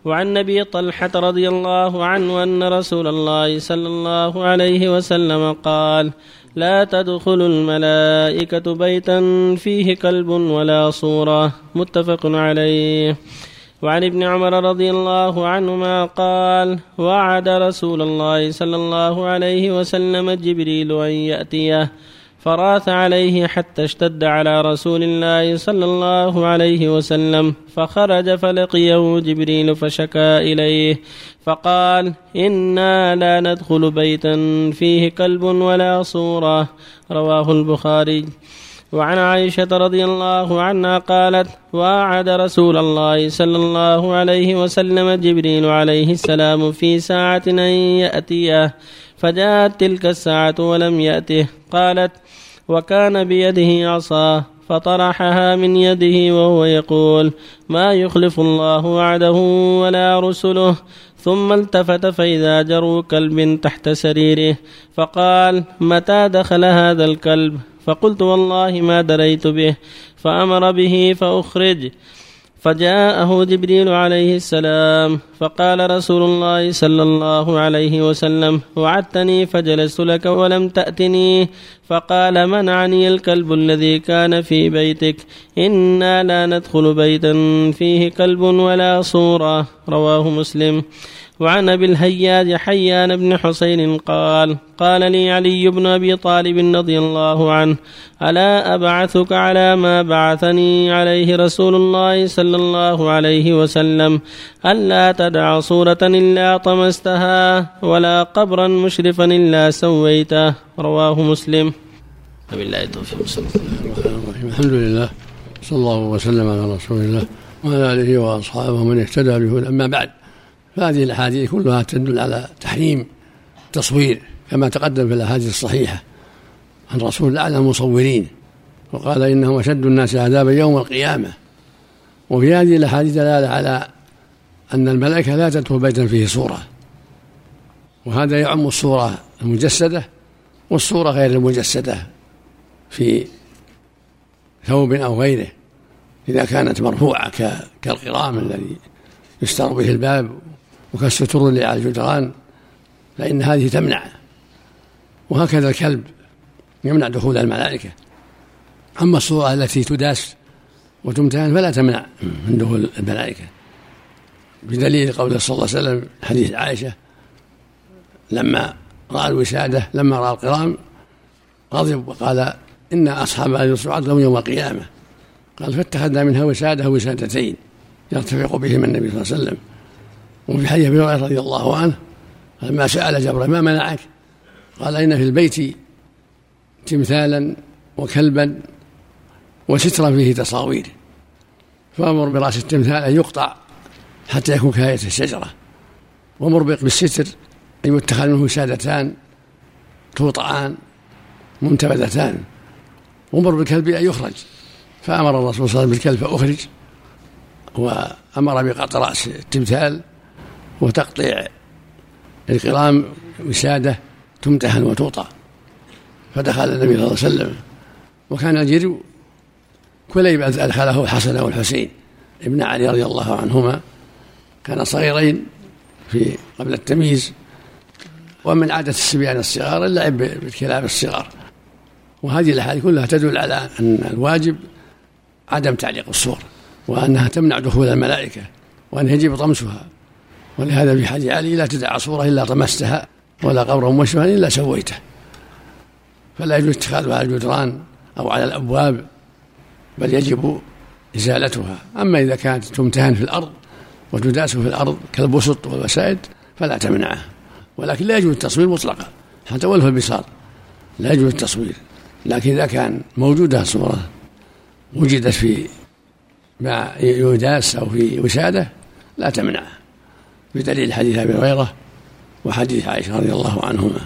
وعن أبي طلحة رضي الله عنه أن رسول الله صلى الله عليه وسلم قال: لا تدخل الملائكة بيتا فيه كلب ولا صورة. متفق عليه. وعن ابن عمر رضي الله عنهما قال: وعد رسول الله صلى الله عليه وسلم جبريل أن يأتيه فراث عليه حتى اشتد على رسول الله صلى الله عليه وسلم، فخرج فلقيه جبريل فشكى إليه فقال: إنا لا ندخل بيتا فيه كلب ولا صورة. رواه البخاري. وعن عائشة رضي الله عنها قالت: وعد رسول الله صلى الله عليه وسلم جبريل عليه السلام في ساعة أن يأتيه، فجاءت تلك الساعة ولم يأته. قالت: وكان بيده عصا فطرحها من يده وهو يقول: ما يخلف الله وعده ولا رسله. ثم التفت فإذا جرو كلب تحت سريره، فقال: متى دخل هذا الكلب؟ فقلت: والله ما دريت به. فأمر به فأخرج، فجاءه جبريل عليه السلام فقال رسول الله صلى الله عليه وسلم: وعدتني فجلست لك ولم تأتني. فقال: منعني الكلب الذي كان في بيتك، إنا لا ندخل بيتا فيه كلب ولا صورة. رواه مسلم. وعن أبي الهياج حيان بن حسين قال: قال لي علي بن أبي طالب رضي الله عنه: ألا أبعثك على ما بعثني عليه رسول الله صلى الله عليه وسلم، ألا تدع صورة إلا طمستها ولا قبرا مشرفا إلا سويته. رواه مسلم. وبالله التوفيق. الحمد لله، صلى الله وسلم على رسول الله وعلى آله وأصحابه من اهتدى به. أما بعد، فهذه الأحاديث كلها تدل على تحريم التصوير كما تقدم في الأحاديث الصحيحة عن رسول الله على المصورين، وقال: إنهم أشد الناس عذابا يوم القيامة. وفي هذه الأحاديث دلالة على أن الملائكة لا تدخل بيتا فيه صورة، وهذا يعم الصورة المجسدة والصورة غير المجسدة في ثوب أو غيره إذا كانت مرفوعة كالقرام الذي يستر به الباب وكالستر اللي على الجدران، فإن هذه تمنع. وهكذا الكلب يمنع دخول الملائكة. أما الصورة التي تداس وتمتهن فلا تمنع من دخول الملائكة، بدليل قوله صلى الله عليه وسلم حديث عائشة لما رأى الوسادة، لما رأى القرام غضب وقال: إن أصحاب هذه الصعود لهم يوم القيامة. قال: فاتخذنا منها وسادة وسادتين يرتفق بهما النبي صلى الله عليه وسلم. وفي حديث أبي هريرة رضي الله عنه لما سأل جبريل: ما منعك؟ قال: إن في البيت تمثالا وكلبا وسترا فيه تصاوير، فأمر برأس التمثال أن يقطع حتى يكون كآية الشجرة، وأمر بالستر أن يتخذ منه وسادتان توطعان منتبذتان، وأمر بالكلب أن يخرج، فأمر الرسول صلى الله عليه وسلم بالكلب فأخرج، وأمر بقطع رأس التمثال وتقطيع القرام وسادة تمتهن وتوطى. فدخل النبي صلى الله عليه وسلم، وكان الجري كليب أدخله الحسن والحسين ابن علي رضي الله عنهما، كان صغيرين في قبل التمييز، ومن عادة الصبيان الصغار اللعب بالكلاب الصغار. وهذه الأحاديث كلها تدل على أن الواجب عدم تعليق الصور، وأنها تمنع دخول الملائكة، وأن يجب طمسها. ولهذا في حديث علي: لا تدع صورة إلا طمستها ولا قبرا مشرفا إلا سويته. فلا يجوز اتخاذها على الجدران أو على الأبواب، بل يجب إزالتها. أما إذا كانت تمتهن في الأرض وتداس في الأرض كالبسط والوسائد فلا تمنعها. ولكن لا يجوز التصوير مطلقا، حتى ولو في البساط لا يجوز التصوير. لكن إذا كان موجودة صورة وجدت في ما يداس أو في وسادة لا تمنعها، بدليل حديث أبي هريرة وحديث عائشة رضي الله عنهما.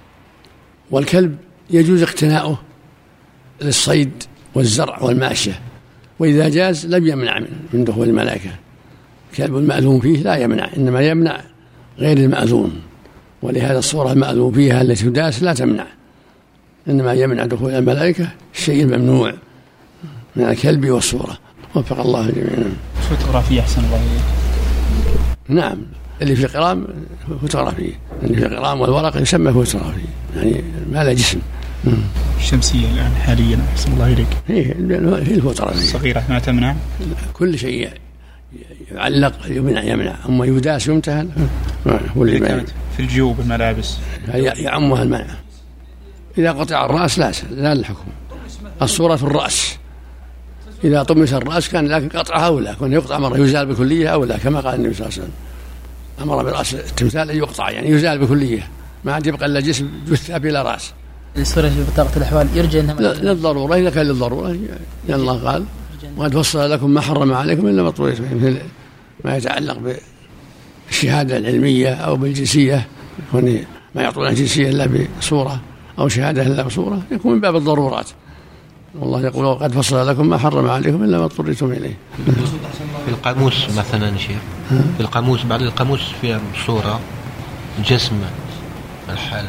والكلب يجوز اقتناؤه للصيد والزرع والماشية، وإذا جاز لم يمنع من دخول الملائكة. كلب المأذون فيه لا يمنع، إنما يمنع غير المأذون. ولهذا الصورة المأذون فيها التي تداس لا تمنع، إنما يمنع دخول الملائكة الشيء الممنوع من الكلب والصورة. وفق الله جميعا. فوتوغرافية أحسن الله. نعم، اللي في القرام فوتوغرافية، اللي في القرام والورق يسمى فوتوغرافية، يعني ما له جسم. الشمسية الآن حاليا أحسن الله إليك هي الفوتوغرافية الصغيرة ما تمنع، كل شيء يعلق يمنع، أما يداس يمتهن كانت في الجيوب الملابس يعمها المنع. إذا قطع الرأس لا الحكم، الصورة في الرأس، إذا طمس الرأس كان، لكن قطعها أولى، كون يقطع مرة يزال بكلية أولى، كما قال النبي صلى الله عليه وسلم أمر برأس التمثال أن يقطع، يعني يزال بكلية، ما عاد يبقى إلا جسم جثة بلا رأس. الصورة في بطاقة الأحوال يرجى أنها للضرورة، إذا كان للضرورة لأن الله قال وقد فصل لكم ما حرم عليكم إلا ما اضطررتم، مثل ما يتعلق بالشهادة العلمية أو بالجنسية، ما يعطون الجنسية إلا بصورة أو شهادة إلا بصورة، يكون من باب الضرورات. والله يقول وقد فصل لكم ما حرم عليكم إلا ما اضطررتم إليه. في القاموس مثلا شيء، في القاموس بعد القاموس فيها صورة جسم الحال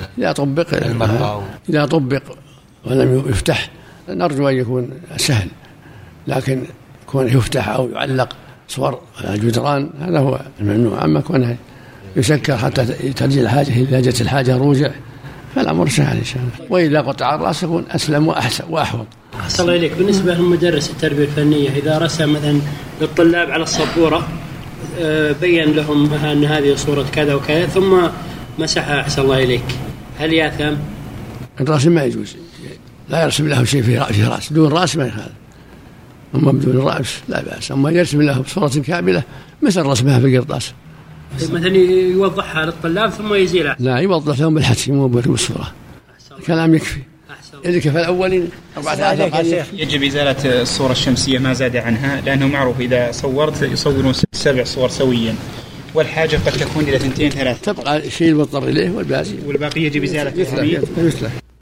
إذا طبق ولم يفتح نرجو أن يكون سهل، لكن كونه يفتح أو يعلق صور على الجدران هذا هو الممنوع. أما كونه يسكر حتى ترجع الحاجة، إذا جت الحاجة روجع فالأمر سهل إن شاء الله. وإذا قطع الرأس يكون أسلم وأحسن وأحوط. أحسن الله إليك. بالنسبة لمدرس التربية الفنية إذا رسم مثلا للطلاب على السبورة بين لهم أن هذه صورة كذا وكذا ثم مسحها أحسن الله إليك، هل يأثم؟ الرسم ما يجوز، لا يرسم له شيء في رأس، دون رأس ما يخالف، أما بدون رأس لا بأس. أما يرسم له بصورة كاملة مثل رسمها في القرطاس، مثلا يوضحها للطلاب ثم يزيلها، لا يوضح لهم بالحكي مو بالصورة، الكلام يكفي. إذا كفى الأولين 14 يجب إزالة الصورة الشمسية ما زاد عنها، لأنه معروف إذا صورت يصورون 7 صور سويا، والحاجة قد تكون إلى 2 3، تبقى الشيء المضطر إليه والباقي يجب إزالته.